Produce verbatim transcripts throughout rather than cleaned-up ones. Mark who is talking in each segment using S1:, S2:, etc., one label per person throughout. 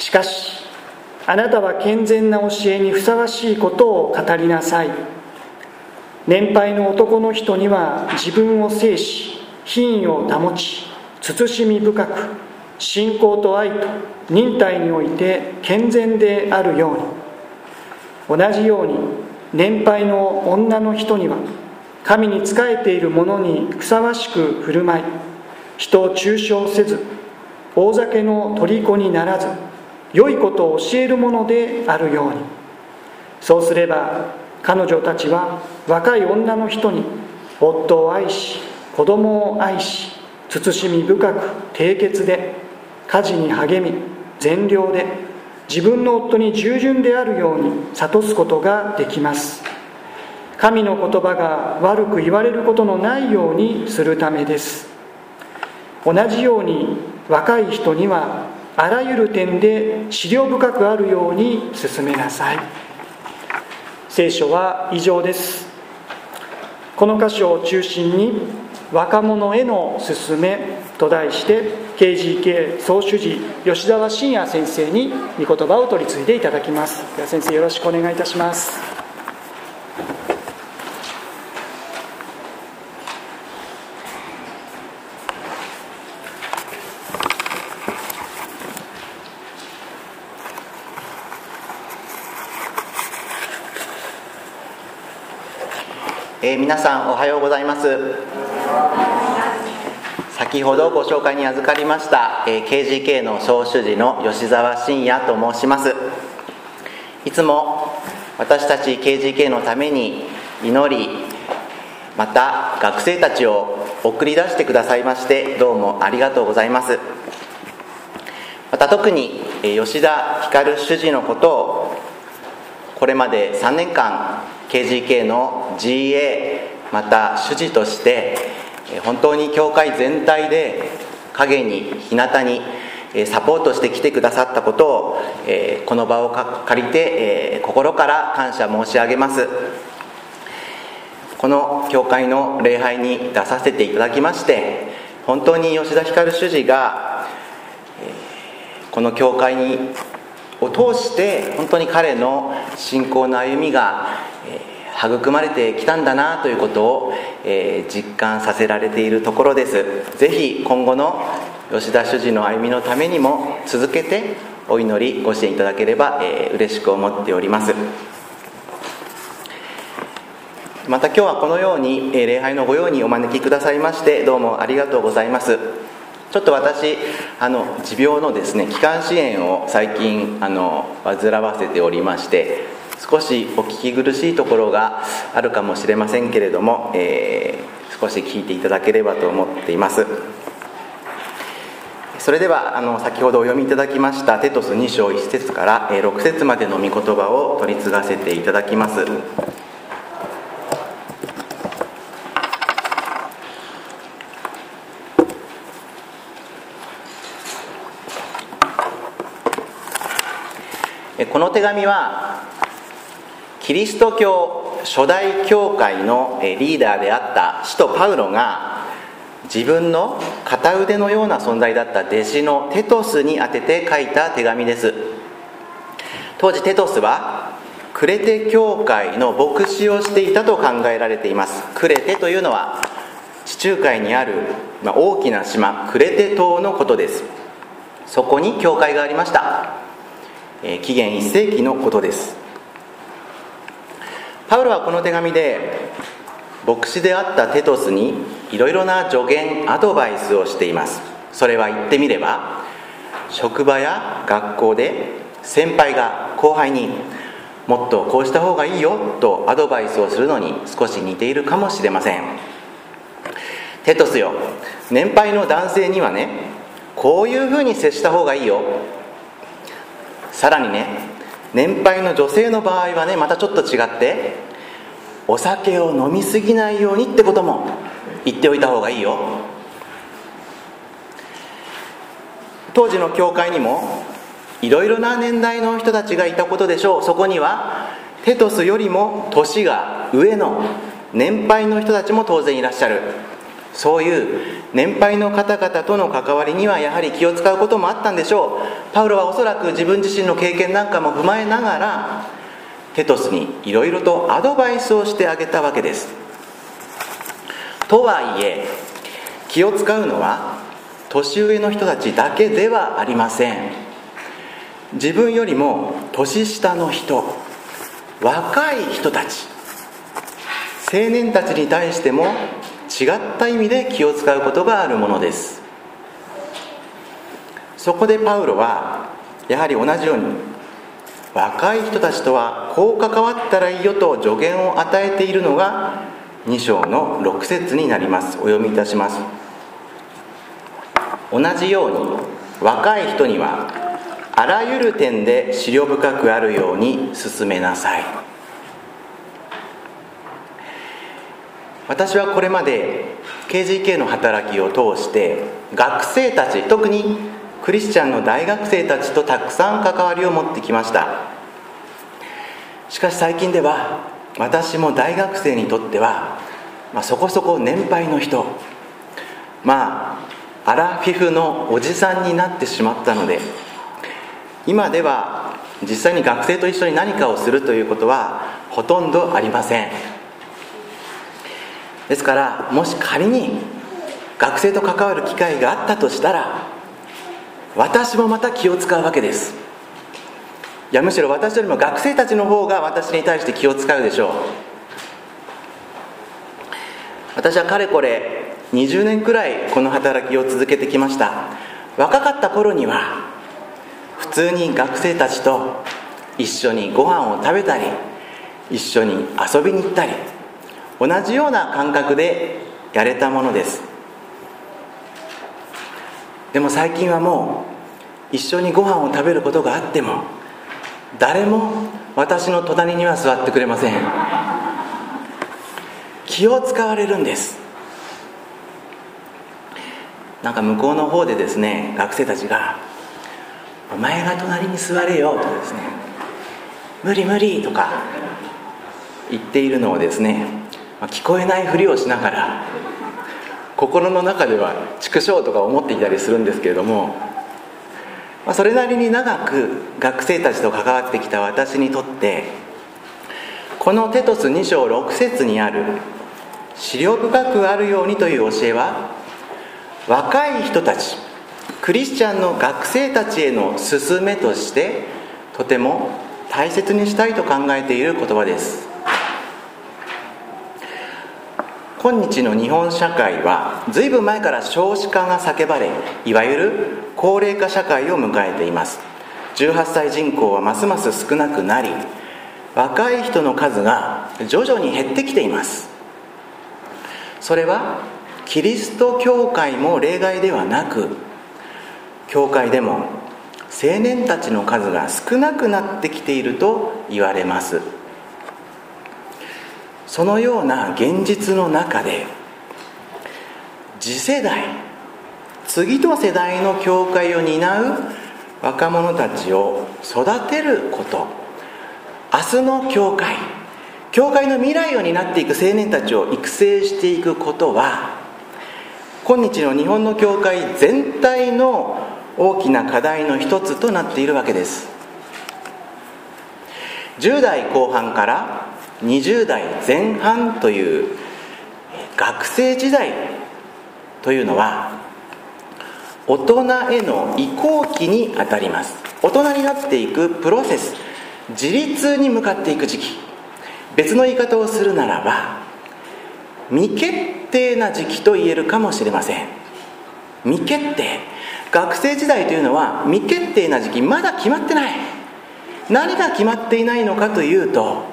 S1: しかしあなたは健全な教えにふさわしいことを語りなさい。年配の男の人には自分を制し品位を保ち、慎み深く信仰と愛と忍耐において健全であるように、同じように年配の女の人には神に仕えている者にふさわしく振る舞い、人を中傷せず大酒の虜にならず、良いことを教えるものであるように。そうすれば彼女たちは若い女の人に夫を愛し子供を愛し、慎み深く貞潔で家事に励み善良で自分の夫に従順であるように諭すことができます。神の言葉が悪く言われることのないようにするためです。同じように若い人にはあらゆる点で思慮深くあるように進めなさい。聖書は以上です。この箇所を中心に若者への勧めと題して ケージーケー 総主事吉澤信也先生に御言葉を取り次いでいただきます。では先生、よろしくお願いいたします。
S2: えー、皆さんおはようございます。先ほどご紹介に預かりました、えー、ケージーケー の総主事の吉澤信也と申します。いつも私たち ケージーケー のために祈り、また学生たちを送り出してくださいましてどうもありがとうございます。また特に、えー、吉田光主事のことをこれまでさんねんかんケージーケー の ジーエー また主事として本当に教会全体で陰に日向にサポートしてきてくださったことをこの場を借りて心から感謝申し上げます。この教会の礼拝に出させていただきまして本当に吉田光主事がこの教会にを通して本当に彼の信仰の歩みが育まれてきたんだなということを、えー、実感させられているところです。ぜひ今後の吉田主事の歩みのためにも続けてお祈りご支援いただければ、えー、嬉しく思っております。また今日はこのように、えー、礼拝のご用にお招きくださいましてどうもありがとうございます。ちょっと私あの持病のですね気管支炎を最近あの患わせておりまして、少しお聞き苦しいところがあるかもしれませんけれども、えー、少し聞いていただければと思っています。それではあの先ほどお読みいただきましたテトスに章いち節からろく節までの御言葉を取り継がせていただきます。この手紙はキリスト教初代教会のリーダーであった使徒パウロが自分の片腕のような存在だった弟子のテトスに宛てて書いた手紙です。当時テトスはクレテ教会の牧師をしていたと考えられています。クレテというのは地中海にある大きな島クレテ島のことです。そこに教会がありました。紀元いっ世紀のことです。パウロはこの手紙で牧師であったテトスにいろいろな助言アドバイスをしています。それは言ってみれば職場や学校で先輩が後輩にもっとこうした方がいいよとアドバイスをするのに少し似ているかもしれません。テトスよ、年配の男性にはねこういうふうに接した方がいいよ、さらにね年配の女性の場合はねまたちょっと違ってお酒を飲みすぎないようにってことも言っておいた方がいいよ。当時の教会にもいろいろな年代の人たちがいたことでしょう。そこにはテトスよりも年が上の年配の人たちも当然いらっしゃる。 そういう年配の方々との関わりにはやはり気を使うこともあったんでしょう。パウロはおそらく自分自身の経験なんかも踏まえながらテトスにいろいろとアドバイスをしてあげたわけです。とはいえ気を使うのは年上の人たちだけではありません。自分よりも年下の人、若い人たち、青年たちに対しても違った意味で気を使うことがあるものです。そこでパウロはやはり同じように若い人たちとはこう関わったらいいよと助言を与えているのがに章のろく節になります。お読みいたします。同じように若い人にはあらゆる点で思慮深くあるように進めなさい。私はこれまで ケージーケー の働きを通して学生たち、特にクリスチャンの大学生たちとたくさん関わりを持ってきました。しかし最近では私も大学生にとっては、まあ、そこそこ年配の人、まあアラフィフのおじさんになってしまったので、今では実際に学生と一緒に何かをするということはほとんどありません。ですからもし仮に学生と関わる機会があったとしたら、私もまた気を使うわけです。いやむしろ私よりも学生たちの方が私に対して気を使うでしょう。私はかれこれにじゅうねんくらいこの働きを続けてきました。若かった頃には普通に学生たちと一緒にご飯を食べたり、一緒に遊びに行ったり、同じような感覚でやれたものです。でも最近はもう一緒にご飯を食べることがあっても誰も私の隣には座ってくれません。気を使われるんです。なんか向こうの方でですね、学生たちがお前が隣に座れよとかですね、無理無理とか言っているのをですね、聞こえないふりをしながら心の中では畜生とか思っていたりするんですけれども、それなりに長く学生たちと関わってきた私にとって、このテトスに章ろく節にある思慮深くあるようにという教えは、若い人たち、クリスチャンの学生たちへの勧めとしてとても大切にしたいと考えている言葉です。今日の日本社会はずいぶん前から少子化が叫ばれ、いわゆる高齢化社会を迎えています。じゅうはっさい人口はますます少なくなり、若い人の数が徐々に減ってきています。それはキリスト教会も例外ではなく、教会でも青年たちの数が少なくなってきていると言われます。そのような現実の中で、次世代、次の世代の教会を担う若者たちを育てること、明日の教会、教会の未来を担っていく青年たちを育成していくことは、今日の日本の教会全体の大きな課題の一つとなっているわけです。じゅう代後半からにじゅう代前半という学生時代というのは大人への移行期にあたります。大人になっていくプロセス、自立に向かっていく時期、別の言い方をするならば未決定な時期と言えるかもしれません。未決定、学生時代というのは未決定な時期、まだ決まってない。何が決まっていないのかというと、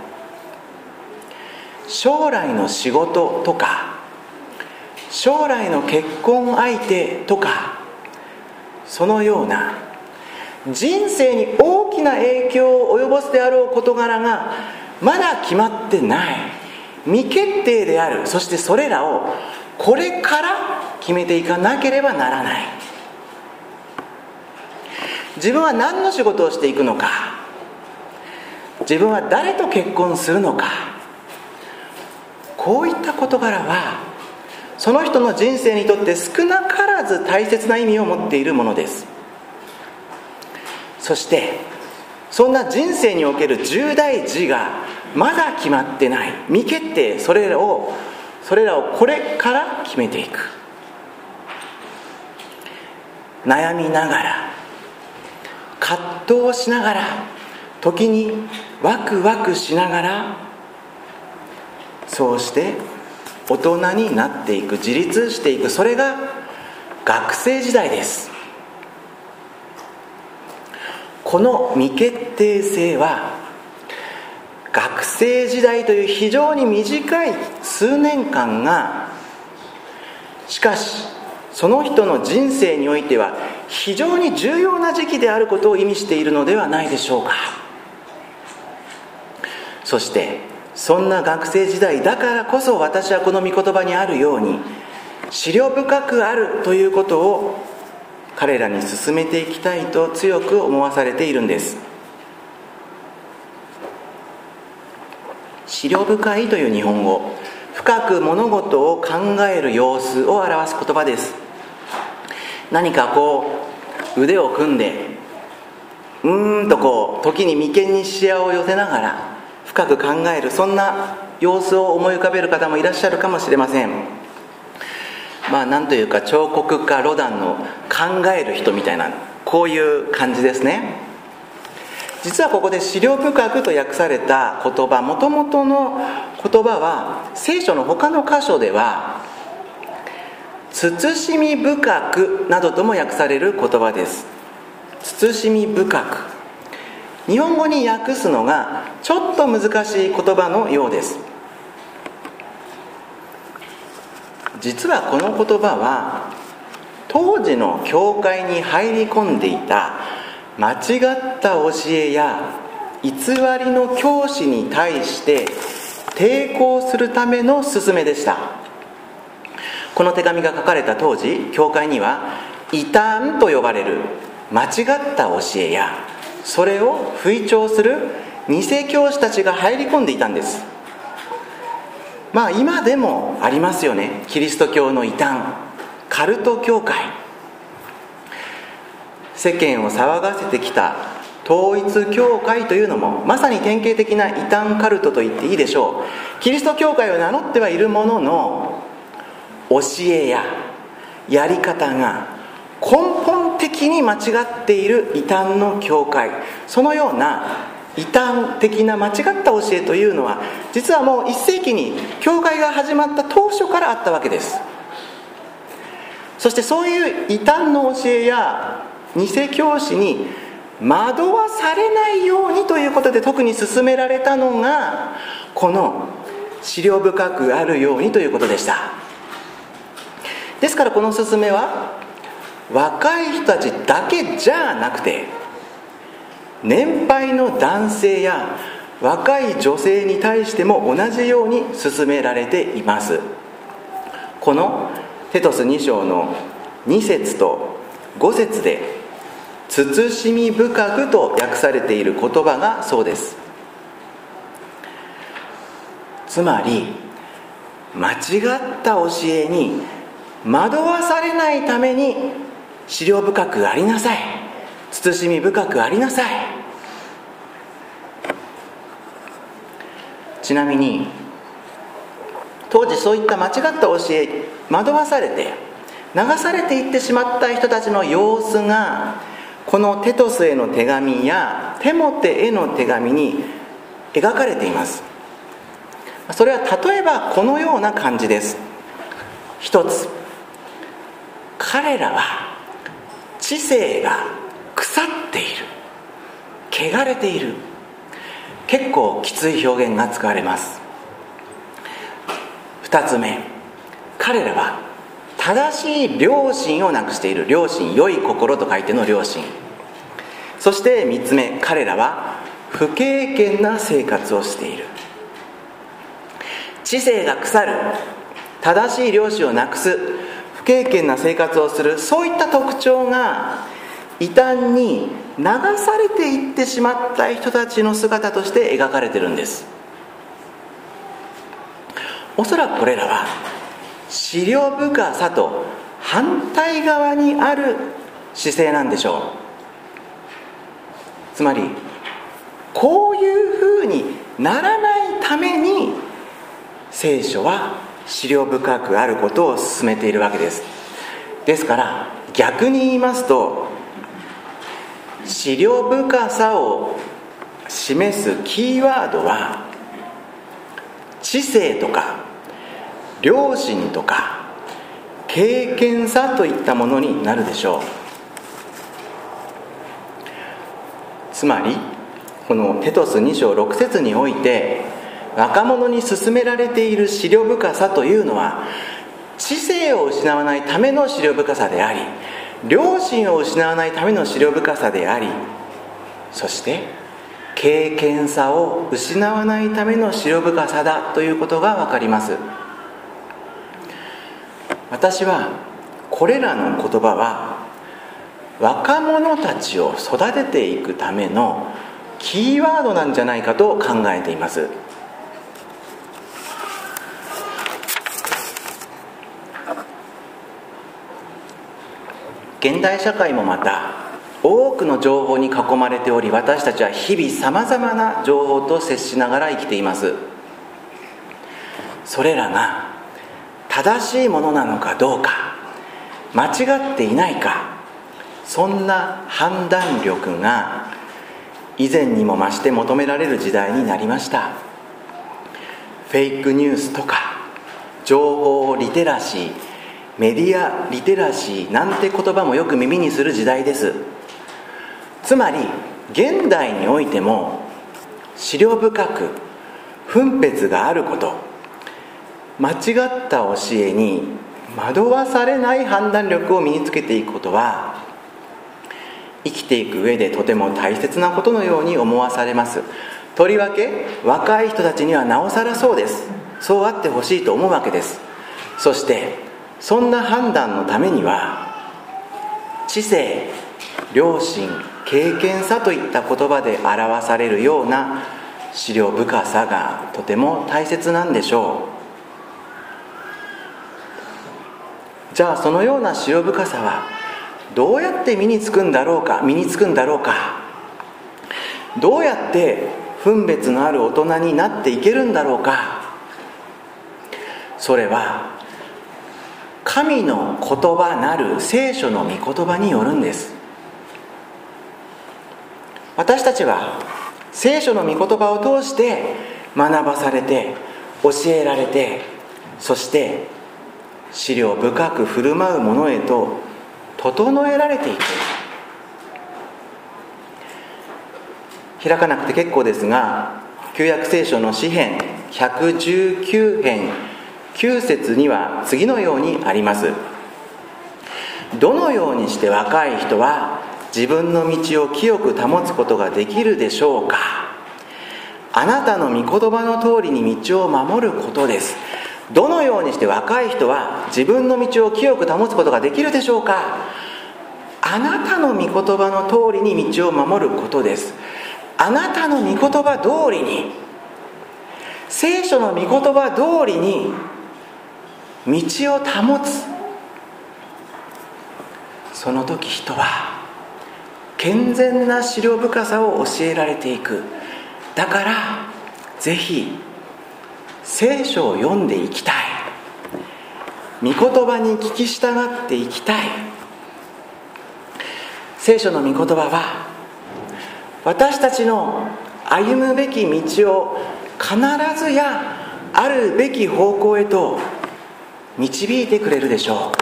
S2: 将来の仕事とか将来の結婚相手とか、そのような人生に大きな影響を及ぼすであろう事柄がまだ決まってない、未決定である。そしてそれらをこれから決めていかなければならない。自分は何の仕事をしていくのか、自分は誰と結婚するのか、こういった事柄はその人の人生にとって少なからず大切な意味を持っているものです。そしてそんな人生における重大事がまだ決まってない未決定、それらをそれらをこれから決めていく。悩みながら、葛藤しながら、時にワクワクしながら、そうして大人になっていく、自立していく、それが学生時代です。この未決定性は学生時代という非常に短い数年間が、しかしその人の人生においては非常に重要な時期であることを意味しているのではないでしょうか。そしてそんな学生時代だからこそ、私はこの御言葉にあるように思慮深くあるということを彼らに進めていきたいと強く思わされているんです。思慮深いという日本語、深く物事を考える様子を表す言葉です。何かこう腕を組んでうーんとこう時に眉間に視野を寄せながら深く考える、そんな様子を思い浮かべる方もいらっしゃるかもしれません。まあなんというか、彫刻家ロダンの考える人みたいな、こういう感じですね。実はここで思慮深くと訳された言葉、もともとの言葉は聖書の他の箇所では慎み深くなどとも訳される言葉です。慎み深く、日本語に訳すのがちょっと難しい言葉のようです。実はこの言葉は当時の教会に入り込んでいた間違った教えや偽りの教師に対して抵抗するための勧めでした。この手紙が書かれた当時、教会には異端と呼ばれる間違った教えや、それを吹聴する偽教師たちが入り込んでいたんです。まあ今でもありますよね。キリスト教の異端、カルト教会。世間を騒がせてきた統一教会というのもまさに典型的な異端カルトと言っていいでしょう。キリスト教会を名乗ってはいるものの、教えややり方が根本的に間違っている異端の教会、そのような異端的な間違った教えというのは、実はもういっ世紀に教会が始まった当初からあったわけです。そしてそういう異端の教えや偽教師に惑わされないようにということで特に勧められたのが、この思慮深くあるようにということでした。ですからこの勧めは若い人たちだけじゃなくて、年配の男性や若い女性に対しても同じように勧められています。このテトスに章のに節とご節で慎み深くと訳されている言葉がそうです。つまり間違った教えに惑わされないために思慮深くありなさい、慎み深くありなさい。ちなみに当時そういった間違った教え、惑わされて流されていってしまった人たちの様子が、このテトスへの手紙やテモテへの手紙に描かれています。それは例えばこのような感じです。一つ、彼らは知性が腐っている、汚れている。結構きつい表現が使われます。二つ目、彼らは正しい良心をなくしている。良心、良い心と書いての良心。そして三つ目、彼らは不経験な生活をしている。知性が腐る、正しい良心をなくす、不経験な生活をする、そういった特徴が異端に流されていってしまった人たちの姿として描かれているんです。おそらくこれらは思慮深さと反対側にある姿勢なんでしょう。つまりこういうふうにならないために聖書は思慮深くあることを勧めているわけです。ですから逆に言いますと、思慮深さを示すキーワードは知性とか良心とか経験さといったものになるでしょう。つまりこのテトスに章ろく節において若者に勧められている思慮深さというのは、知性を失わないための思慮深さであり、良心を失わないための思慮深さであり、そして経験さを失わないための思慮深さだということが分かります。私はこれらの言葉は若者たちを育てていくためのキーワードなんじゃないかと考えています。現代社会もまた多くの情報に囲まれており、私たちは日々さまざまな情報と接しながら生きています。それらが正しいものなのかどうか、間違っていないか、そんな判断力が以前にも増して求められる時代になりました。フェイクニュースとか情報リテラシー、メディアリテラシーなんて言葉もよく耳にする時代です。つまり現代においても思慮深く分別があること、間違った教えに惑わされない判断力を身につけていくことは、生きていく上でとても大切なことのように思わされます。とりわけ若い人たちにはなおさらそうです。そうあってほしいと思うわけです。そしてそんな判断のためには、知性、良心、経験さといった言葉で表されるような思慮深さがとても大切なんでしょう。じゃあそのような思慮深さはどうやって身につくんだろうか身につくんだろうかどうやって分別のある大人になっていけるんだろうか。それは神の言葉なる聖書の御言葉によるんです。私たちは聖書の御言葉を通して学ばされて、教えられて、そして思慮深く振る舞うものへと整えられていく。開かなくて結構ですが、旧約聖書の詩編ひゃくじゅうきゅう編きゅう節には次のようにあります。どのようにして若い人は自分の道を清く保つことができるでしょうか。あなたの御言葉の通りに道を守ることです。どのようにして若い人は自分の道を清く保つことができるでしょうか。あなたの御言葉の通りに道を守ることです。あなたの御言葉通りに、聖書の御言葉通りに道を保つ。その時人は健全な思慮深さを教えられていく。だからぜひ聖書を読んでいきたい、御言葉に聞き従っていきたい。聖書の御言葉は私たちの歩むべき道を必ずやあるべき方向へと導いてくれるでしょう。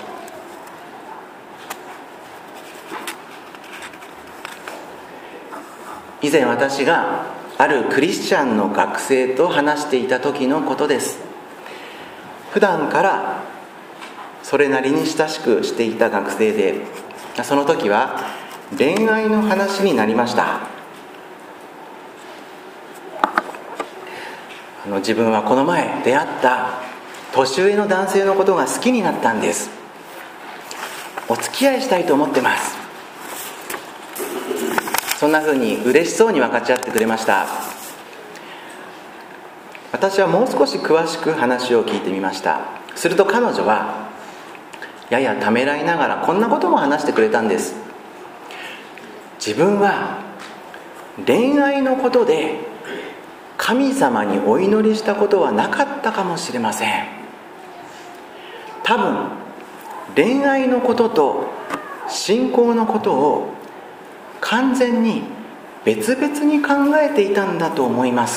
S2: 以前私があるクリスチャンの学生と話していた時のことです。普段からそれなりに親しくしていた学生で、その時は恋愛の話になりました。あの自分はこの前出会った年上の男性のことが好きになったんです。お付き合いしたいと思ってます。そんなふうに嬉しそうに分かち合ってくれました。私はもう少し詳しく話を聞いてみました。すすると彼女はややためらいながらこんなことも話してくれたんです。自分は恋愛のことで神様にお祈りしたことはなかったかもしれません。多分恋愛のことと信仰のことを完全に別々に考えていたんだと思います。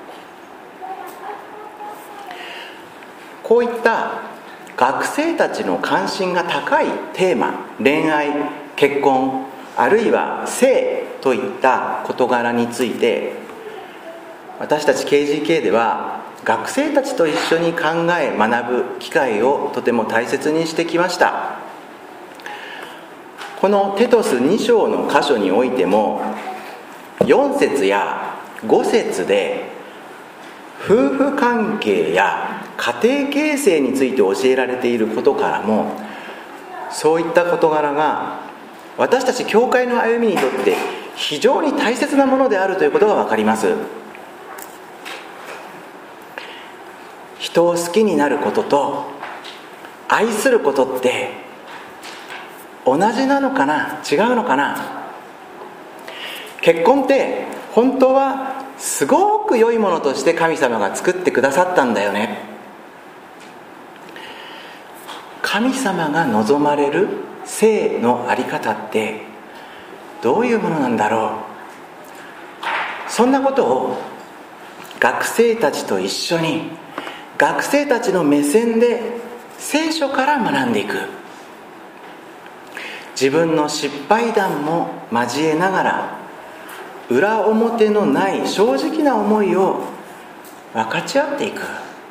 S2: こういった学生たちの関心が高いテーマ、恋愛、結婚、あるいは性といった事柄について、私たち ケージーケー では学生たちと一緒に考え学ぶ機会をとても大切にしてきました。このテトスに章の箇所においてもよん節やご節で夫婦関係や家庭形成について教えられていることからも、そういった事柄が私たち教会の歩みにとって非常に大切なものであるということが分かります。人を好きになることと愛することって同じなのかな、違うのかな。結婚って本当はすごく良いものとして神様が作ってくださったんだよね。神様が望まれる性のあり方ってどういうものなんだろう。そんなことを学生たちと一緒に学生たちの目線で聖書から学んでいく。自分の失敗談も交えながら裏表のない正直な思いを分かち合っていく。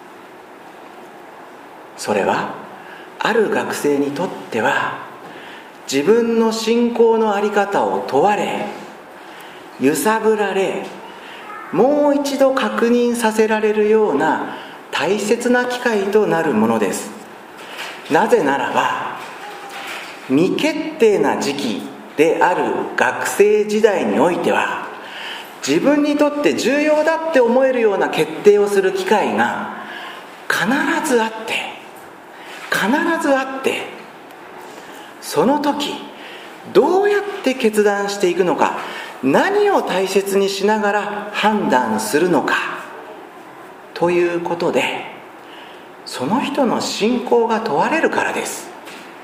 S2: それはある学生にとっては自分の信仰の在り方を問われ、揺さぶられ、もう一度確認させられるような大切な機会となるものです。なぜならば未決定な時期である学生時代においては、自分にとって重要だって思えるような決定をする機会が必ずあって必ずあってその時どうやって決断していくのか、何を大切にしながら判断するのかということで、その人の信仰が問われるからです。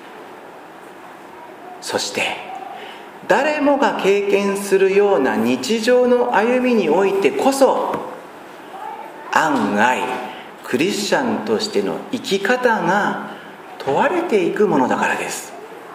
S2: そして誰もが経験するような日常の歩みにおいてこそ、案外クリスチャンとしての生き方が問われていくものだからです。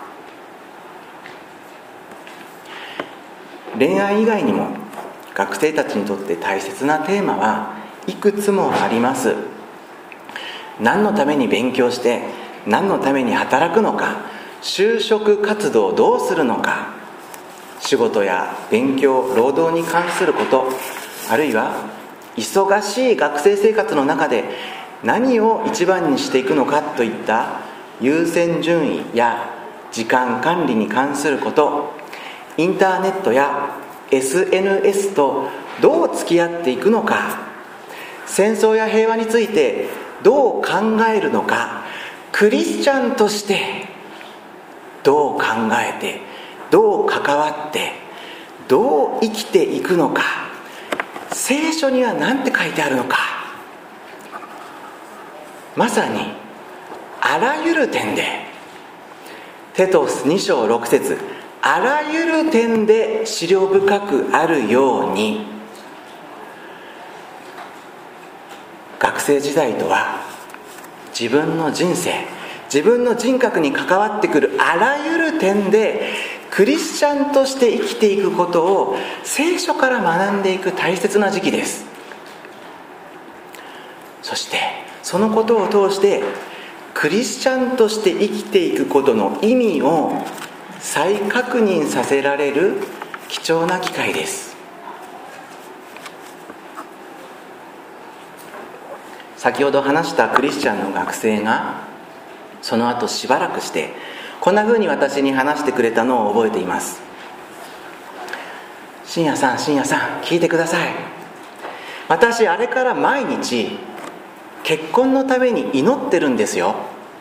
S2: 恋愛以外にも学生たちにとって大切なテーマはいくつもあります。何のために勉強して何のために働くのか、就職活動をどうするのか、仕事や勉強、労働に関すること、あるいは忙しい学生生活の中で何を一番にしていくのかといった優先順位や時間管理に関すること、インターネットや エスエヌエス とどう付き合っていくのか、戦争や平和についてどう考えるのか、クリスチャンとしてどう考えて、どう関わって、どう生きていくのか、聖書には何て書いてあるのか、まさにあらゆる点で、テトスに章ろく節、あらゆる点で思慮深くあるように、学生時代とは自分の人生、自分の人格に関わってくるあらゆる点でクリスチャンとして生きていくことを聖書から学んでいく大切な時期です。そしてそのことを通してクリスチャンとして生きていくことの意味を再確認させられる貴重な機会です。先ほど話したクリスチャンの学生がその後しばらくしてこんな風に私に話してくれたのを覚えています。信也さん、信也さん、聞いてください。私あれから毎日結婚のために祈ってるんですよ。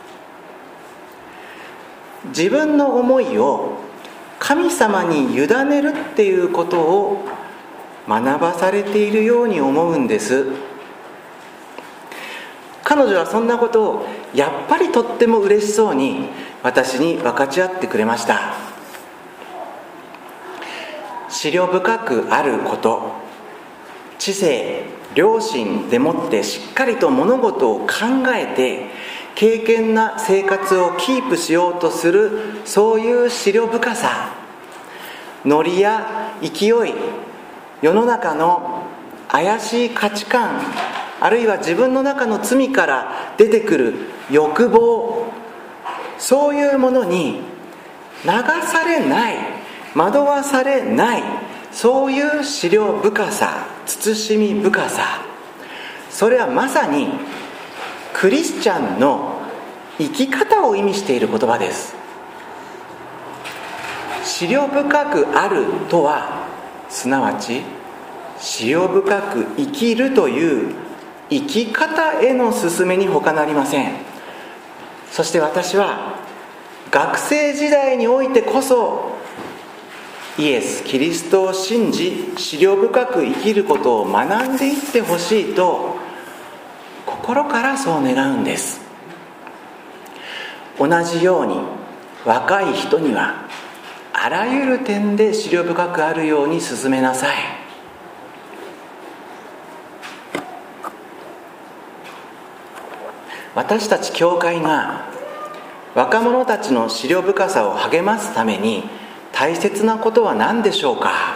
S2: 自分の思いを神様に委ねるっていうことを学ばされているように思うんです。彼女はそんなことをやっぱりとっても嬉しそうに私に分かち合ってくれました。思慮深くあること、知性、良心でもってしっかりと物事を考えて敬虔な生活をキープしようとする、そういう思慮深さ、ノリや勢い、世の中の怪しい価値観、あるいは自分の中の罪から出てくる欲望、そういうものに流されない、惑わされない、そういう思慮深さ、慎み深さ、それはまさにクリスチャンの生き方を意味している言葉です。思慮深くあるとは、すなわち思慮深く生きるという生き方への勧めに他なりません。そして私は学生時代においてこそイエス・キリストを信じ、思慮深く生きることを学んでいってほしいと心からそう願うんです。同じように若い人にはあらゆる点で思慮深くあるように進めなさい。私たち教会が若者たちの思慮深さを励ますために大切なことは何でしょうか。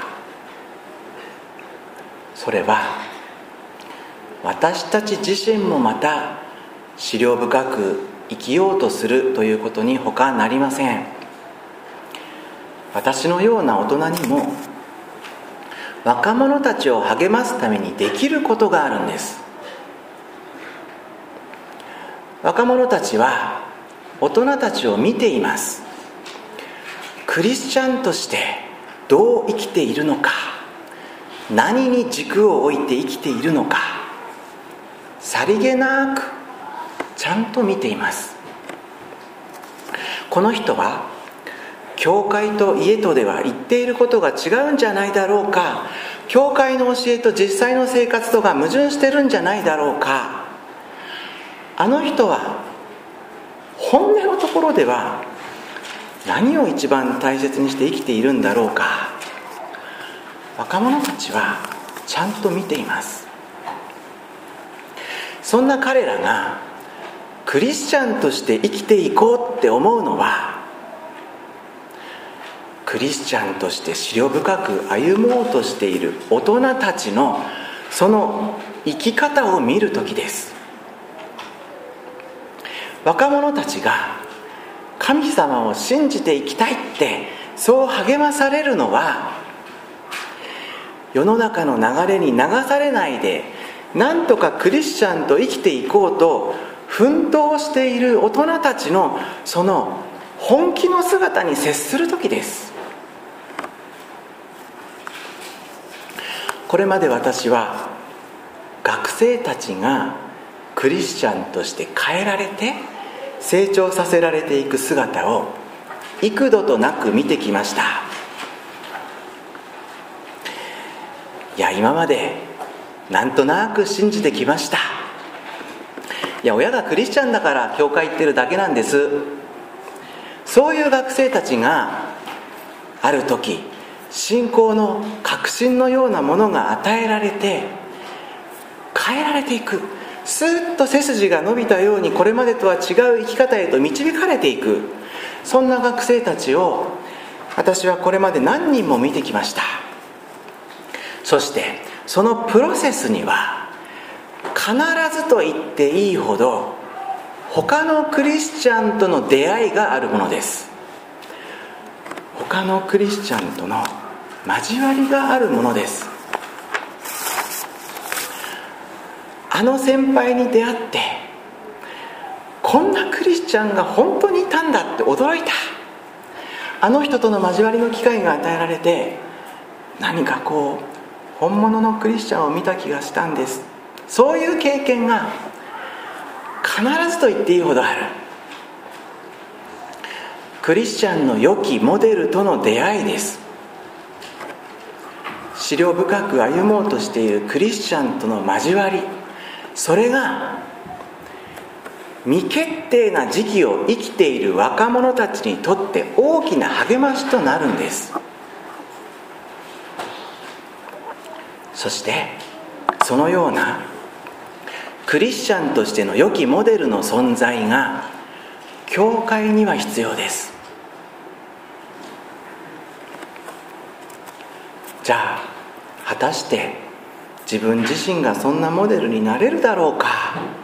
S2: それは私たち自身もまた思慮深く生きようとするということに他なりません。私のような大人にも若者たちを励ますためにできることがあるんです。若者たちは大人たちを見ています。クリスチャンとしてどう生きているのか、何に軸を置いて生きているのか、さりげなくちゃんと見ています。この人は教会と家とでは言っていることが違うんじゃないだろうか、教会の教えと実際の生活とが矛盾してるんじゃないだろうか、あの人は本音のところでは何を一番大切にして生きているんだろうか、若者たちはちゃんと見ています。そんな彼らがクリスチャンとして生きていこうって思うのは、クリスチャンとして思慮深く歩もうとしている大人たちのその生き方を見るときです。若者たちが神様を信じていきたいってそう励まされるのは、世の中の流れに流されないでなんとかクリスチャンと生きていこうと奮闘している大人たちのその本気の姿に接する時です。これまで私は学生たちがクリスチャンとして変えられて成長させられていく姿を幾度となく見てきました。いや、今までなんとなく信じてきました。いや、親がクリスチャンだから教会行ってるだけなんです。そういう学生たちがある時、信仰の確信のようなものが与えられて変えられていく、スーッと背筋が伸びたようにこれまでとは違う生き方へと導かれていく、そんな学生たちを私はこれまで何人も見てきました。そしてそのプロセスには必ずと言っていいほど他のクリスチャンとの出会いがあるものです。他のクリスチャンとの交わりがあるものです。あの先輩に出会ってこんなクリスチャンが本当にいたんだって驚いた。あの人との交わりの機会が与えられて何かこう本物のクリスチャンを見た気がしたんです。そういう経験が必ずと言っていいほどある。クリスチャンの良きモデルとの出会いです。思慮深く歩もうとしているクリスチャンとの交わり、それが未決定な時期を生きている若者たちにとって大きな励ましとなるんです。そしてそのようなクリスチャンとしての良きモデルの存在が教会には必要です。じゃあ果たして自分自身がそんなモデルになれるだろうか。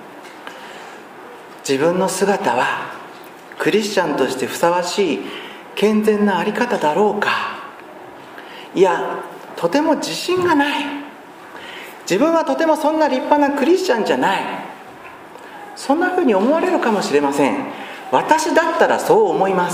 S2: 自分の姿はクリスチャンとしてふさわしい健全なあり方だろうか。いや、とても自信がない。自分はとてもそんな立派なクリスチャンじゃない。そんなふうに思われるかもしれません。私だったらそう思います。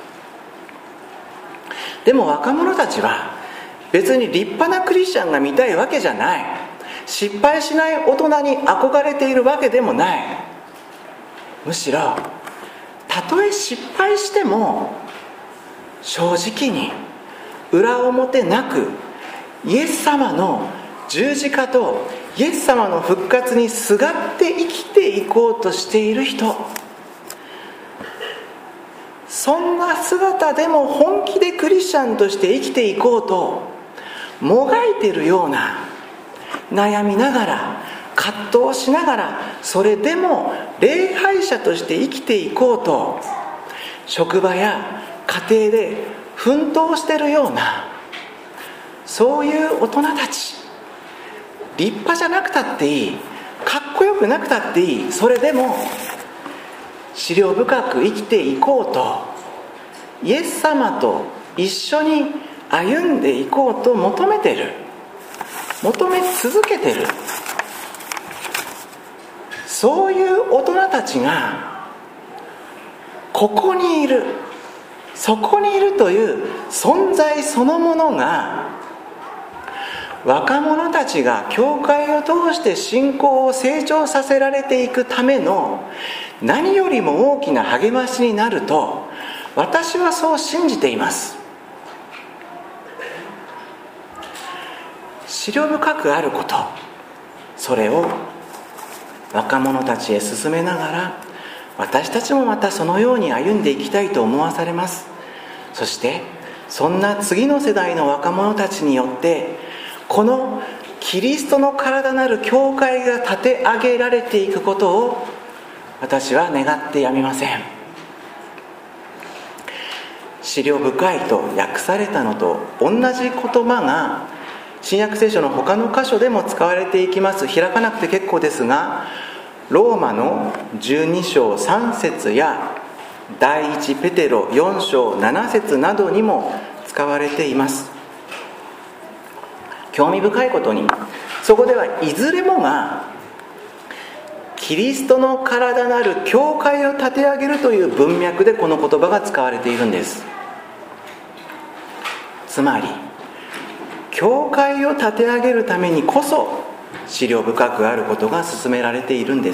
S2: でも若者たちは別に立派なクリスチャンが見たいわけじゃない。失敗しない大人に憧れているわけでもない。むしろたとえ失敗しても正直に裏表なくイエス様の十字架とイエス様の復活にすがって生きていこうとしている人、そんな姿でも本気でクリスチャンとして生きていこうともがいているような、悩みながら葛藤しながら、それでも礼拝者として生きていこうと職場や家庭で奮闘しているような、そういう大人たち、立派じゃなくたっていい、かっこよくなくたっていい、それでも思慮深く生きていこうとイエス様と一緒に歩んでいこうと求めてる、求め続けてる、そういう大人たちがここにいる、そこにいるという存在そのものが、若者たちが教会を通して信仰を成長させられていくための何よりも大きな励ましになると私はそう信じています。思慮深くあること、それを若者たちへ進めながら、私たちもまたそのように歩んでいきたいと思わされます。そしてそんな次の世代の若者たちによってこのキリストの体なる教会が立て上げられていくことを私は願ってやみません。思慮深いと訳されたのと同じ言葉が新約聖書の他の箇所でも使われていきます。開かなくて結構ですが、ローマのじゅうに章さん節や第一ペテロよん章なな節などにも使われています。興味深いことに、そこではいずれもがキリストの体なる教会を立て上げるという文脈でこの言葉が使われているんです。つまり教会を立て上げるためにこそ思慮深くあることが進められているんです。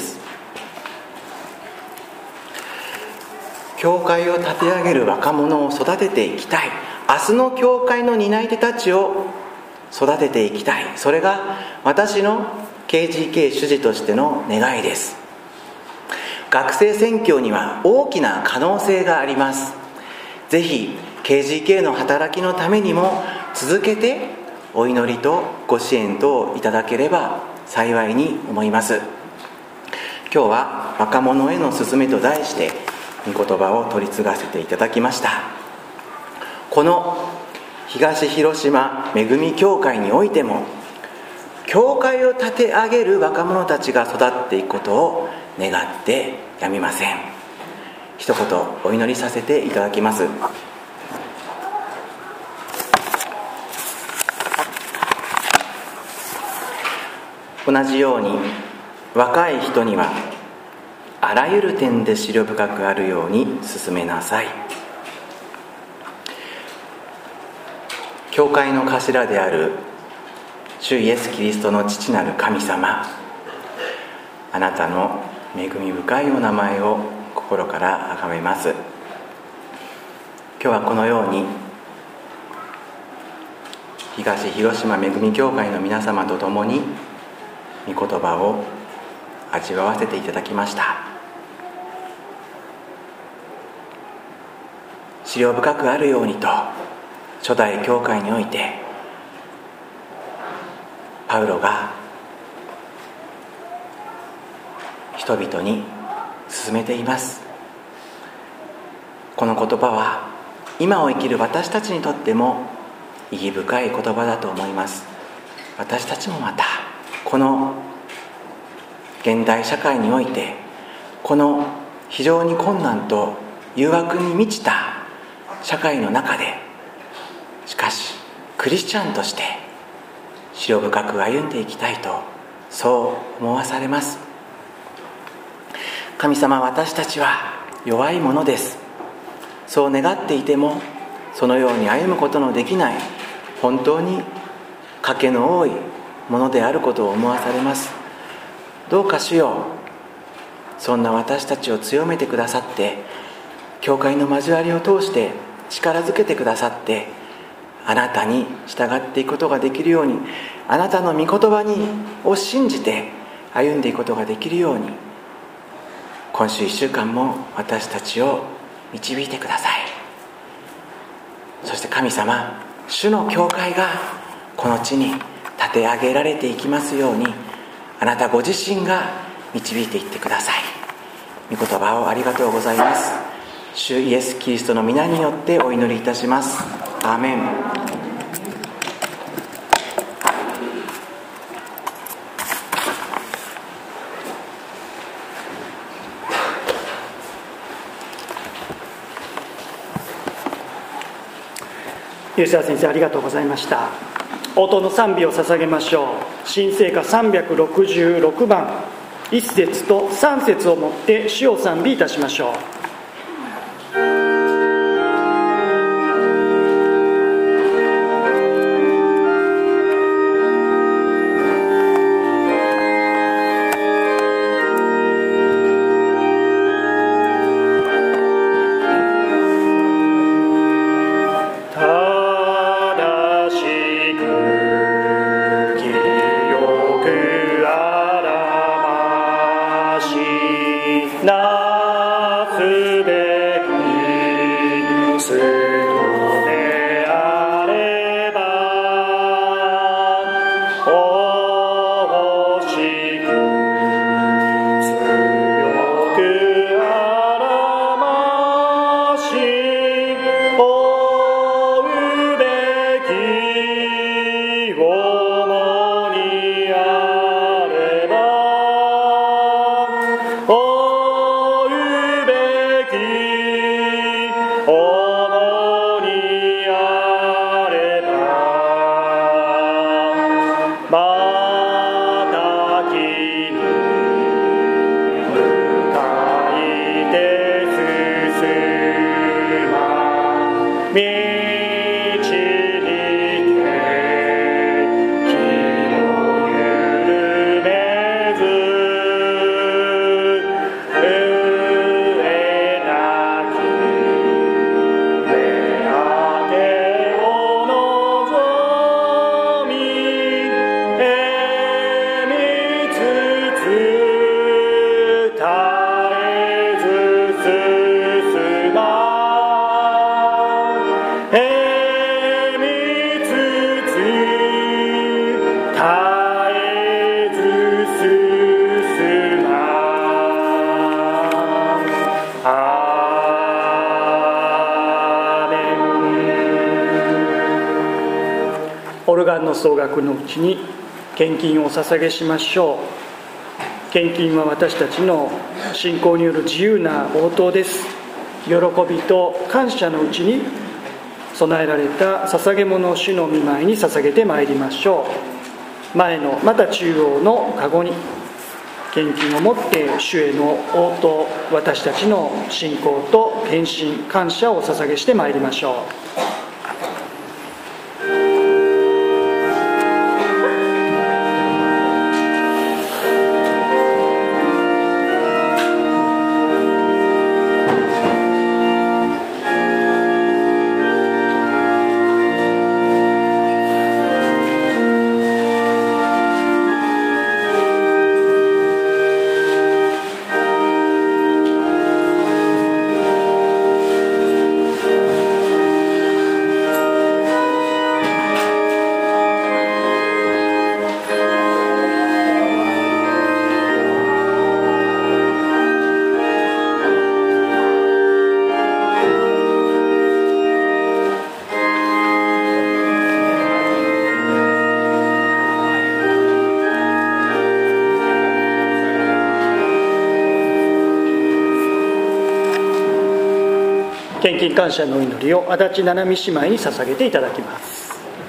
S2: 教会を立て上げる若者を育てていきたい、明日の教会の担い手たちを育てていきたい、それが私の ケージーケー 主事としての願いです。学生選挙には大きな可能性があります。ぜひ ケージーケー の働きのためにも続けてお祈りとご支援といただければ幸いに思います。今日は若者への勧めと題して御言葉を取り継がせていただきました。この東広島恵み教会においても教会を立て上げる若者たちが育っていくことを願ってやみません。一言お祈りさせていただきます。同じように若い人にはあらゆる点で思慮深くあるように進めなさい。教会の頭である主イエスキリストの父なる神様、あなたの恵み深いお名前を心から崇めます。今日はこのように東広島恵み教会の皆様と共に御言葉を味わわせていただきました。資料深くあるようにと初代教会においてパウロが人々に進めています。この言葉は今を生きる私たちにとっても意義深い言葉だと思います。私たちもまたこの現代社会においてこの非常に困難と誘惑に満ちた社会の中で、しかしクリスチャンとして思慮深く歩んでいきたいとそう思わされます。神様、私たちは弱いものです。そう願っていてもそのように歩むことのできない、本当に賭けの多いものであることを思わされます。どうか主よ、そんな私たちを強めてくださって、教会の交わりを通して力づけてくださって、あなたに従っていくことができるように、あなたの御言葉にを信じて歩んでいくことができるように、今週いっしゅうかんも私たちを導いてください。そして神様、主の教会がこの地に立て上げられていきますように、あなたご自身が導いていってください。御言葉をありがとうございます。主イエス・キリストの皆によってお祈りいたします。アーメン。
S1: 吉沢先生、ありがとうございました。応答の賛美を捧げましょう。新聖歌さんびゃくろくじゅうろくばん、いっ節とさん節をもって主を賛美いたしましょう。オルガンの奏楽のうちに献金をお捧げしましょう。献金は私たちの信仰による自由な応答です。喜びと感謝のうちに備えられた捧げ物を主の御前に捧げてまいりましょう。前のまた中央の籠に献金をもって主への応答、私たちの信仰と献身感謝をお捧げしてまいりましょう。 献金感謝の祈りを足立七海姉妹に捧げていただきます。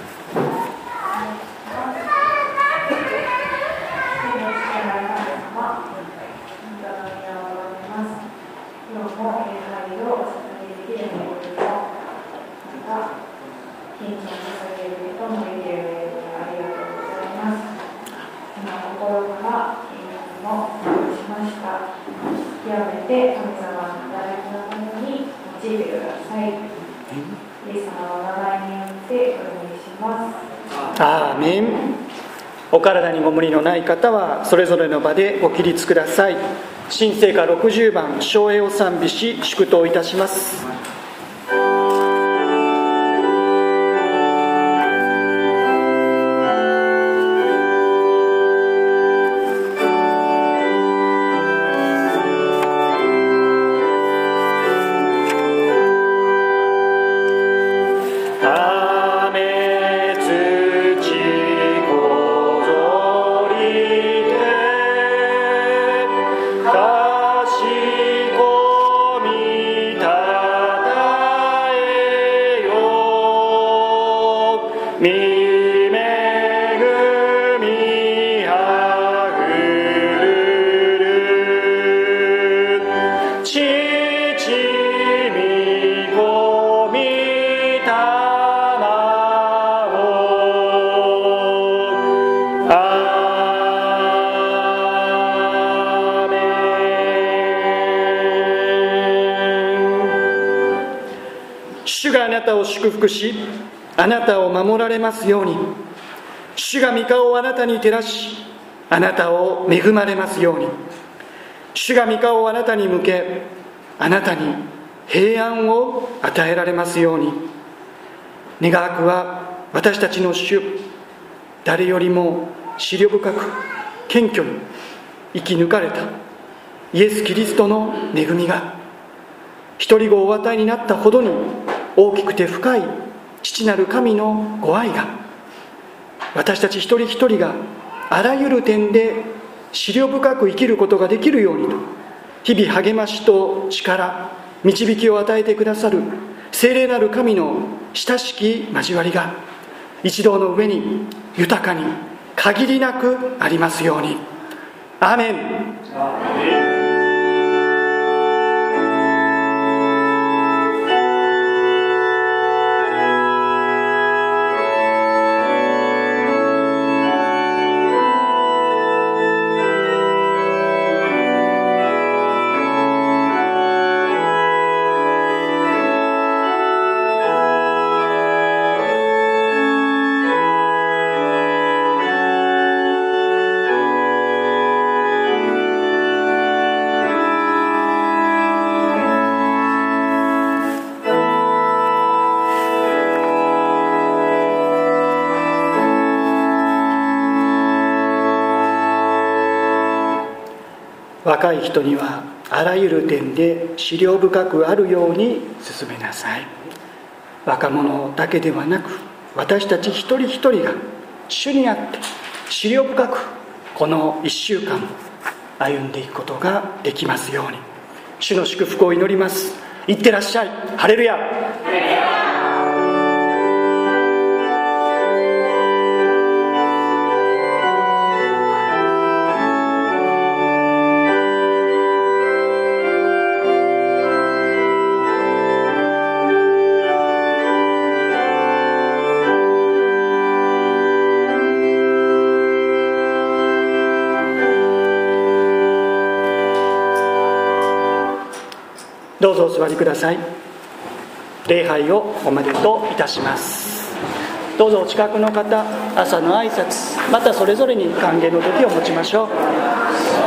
S1: アーメン。お体にご無理のない方はそれぞれの場でご起立ください。新聖歌ろくじゅうばん、唱詠を賛美し祝祷いたします。主があなたを祝福し、あなたを守られますように。主が御顔をあなたに照らし、あなたを恵まれますように。主が御顔をあなたに向け、あなたに平安を与えられますように。願わくは私たちの主、誰よりも思慮深く謙虚に生き抜かれたイエス・キリストの恵みが、一人子をお与えになったほどに大きくて深い父なる神のご愛が、私たち一人一人があらゆる点で思慮深く生きることができるようにと、日々励ましと力、導きを与えてくださる聖霊なる神の親しき交わりが、一同の上に豊かに限りなくありますように。アーメン。アーメン。若い人にはあらゆる点で思慮深くあるように進めなさい。若者だけではなく、私たち一人一人が主にあって思慮深くこの一週間歩んでいくことができますように。主の祝福を祈ります。いってらっしゃい。ハレルヤ。どうぞお座りください。礼拝をおめでとういたします。どうぞお近くの方、朝の挨拶、またそれぞれに歓迎の時を持ちましょう。